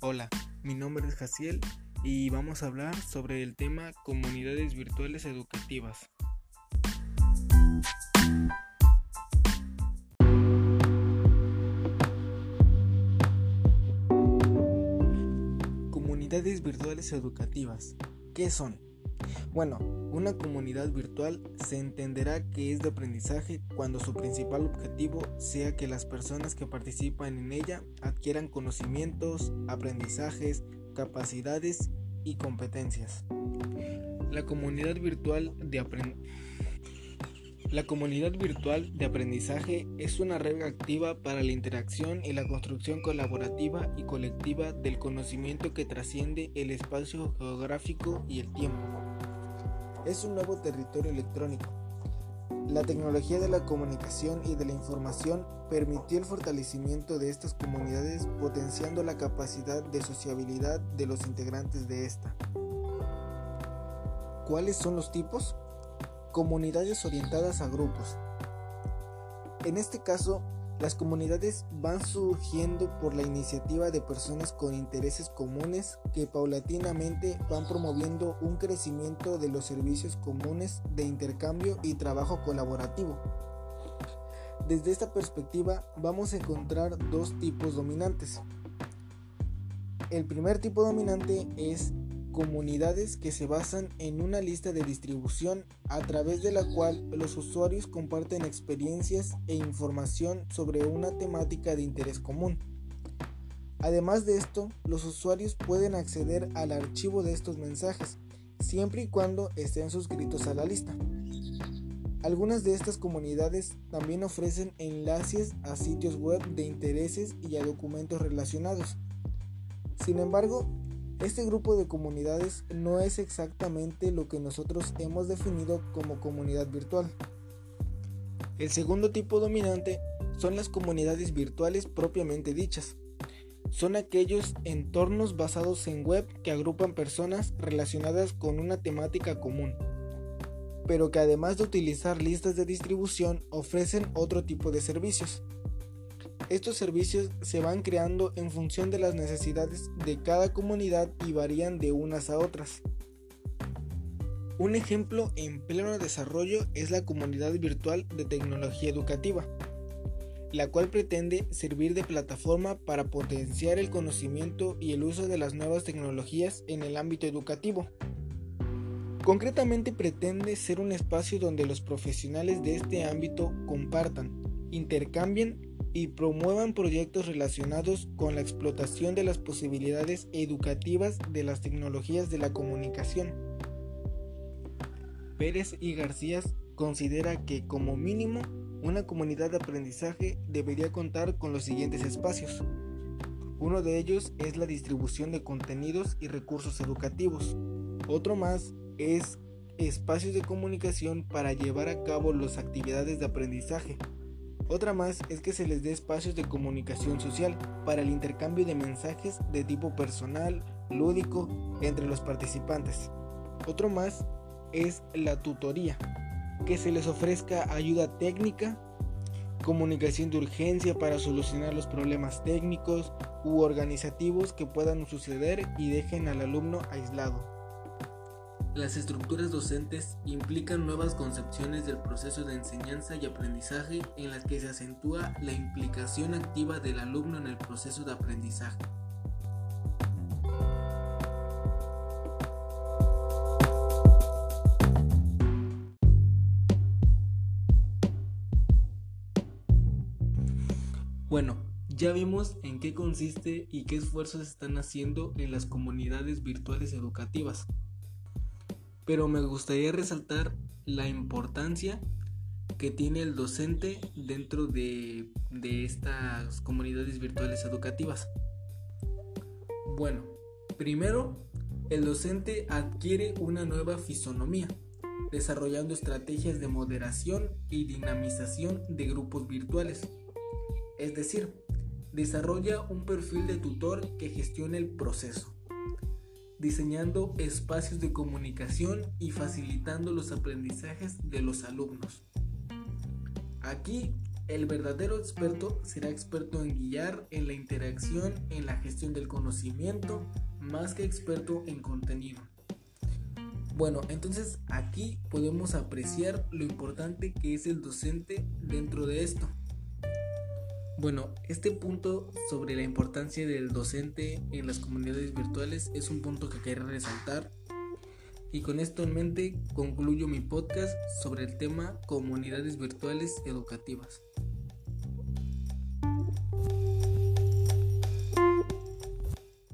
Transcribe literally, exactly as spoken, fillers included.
Hola, mi nombre es Jaciel y vamos a hablar sobre el tema comunidades virtuales educativas. Comunidades virtuales educativas, ¿qué son? Bueno, una comunidad virtual se entenderá que es de aprendizaje cuando su principal objetivo sea que las personas que participan en ella adquieran conocimientos, aprendizajes, capacidades y competencias. La comunidad virtual de aprendizaje La comunidad virtual de aprendizaje es una red activa para la interacción y la construcción colaborativa y colectiva del conocimiento que trasciende el espacio geográfico y el tiempo. Es un nuevo territorio electrónico. La tecnología de la comunicación y de la información permitió el fortalecimiento de estas comunidades, potenciando la capacidad de sociabilidad de los integrantes de esta. ¿Cuáles son los tipos? Comunidades orientadas a grupos. En este caso, las comunidades van surgiendo por la iniciativa de personas con intereses comunes que paulatinamente van promoviendo un crecimiento de los servicios comunes de intercambio y trabajo colaborativo. Desde esta perspectiva vamos a encontrar dos tipos dominantes. El primer tipo dominante es comunidades que se basan en una lista de distribución a través de la cual los usuarios comparten experiencias e información sobre una temática de interés común. Además de esto, los usuarios pueden acceder al archivo de estos mensajes, siempre y cuando estén suscritos a la lista. Algunas de estas comunidades también ofrecen enlaces a sitios web de intereses y a documentos relacionados. Sin embargo, este grupo de comunidades no es exactamente lo que nosotros hemos definido como comunidad virtual. El segundo tipo dominante son las comunidades virtuales propiamente dichas. Son aquellos entornos basados en web que agrupan personas relacionadas con una temática común, pero que además de utilizar listas de distribución ofrecen otro tipo de servicios. Estos servicios se van creando en función de las necesidades de cada comunidad y varían de unas a otras. Un ejemplo en pleno desarrollo es la comunidad virtual de tecnología educativa, la cual pretende servir de plataforma para potenciar el conocimiento y el uso de las nuevas tecnologías en el ámbito educativo. Concretamente pretende ser un espacio donde los profesionales de este ámbito compartan, intercambien y promuevan proyectos relacionados con la explotación de las posibilidades educativas de las tecnologías de la comunicación. Pérez y García considera que, como mínimo, una comunidad de aprendizaje debería contar con los siguientes espacios. Uno de ellos es la distribución de contenidos y recursos educativos. Otro más es espacios de comunicación para llevar a cabo las actividades de aprendizaje. Otra más es que se les dé espacios de comunicación social para el intercambio de mensajes de tipo personal, lúdico, entre los participantes. Otro más es la tutoría, que se les ofrezca ayuda técnica, comunicación de urgencia para solucionar los problemas técnicos u organizativos que puedan suceder y dejen al alumno aislado. Las estructuras docentes implican nuevas concepciones del proceso de enseñanza y aprendizaje en las que se acentúa la implicación activa del alumno en el proceso de aprendizaje. Bueno, ya vimos en qué consiste y qué esfuerzos están haciendo en las comunidades virtuales educativas. Pero me gustaría resaltar la importancia que tiene el docente dentro de, de estas comunidades virtuales educativas. Bueno, primero, el docente adquiere una nueva fisonomía, desarrollando estrategias de moderación y dinamización de grupos virtuales. Es decir, desarrolla un perfil de tutor que gestione el proceso, diseñando espacios de comunicación y facilitando los aprendizajes de los alumnos. Aquí El verdadero experto será experto en guiar, en la interacción, en la gestión del conocimiento, más que experto en contenido. Bueno, entonces aquí podemos apreciar lo importante que es el docente dentro de esto. Bueno, este punto sobre la importancia del docente en las comunidades virtuales es un punto que quería resaltar. Y con esto en mente concluyo mi podcast sobre el tema comunidades virtuales educativas.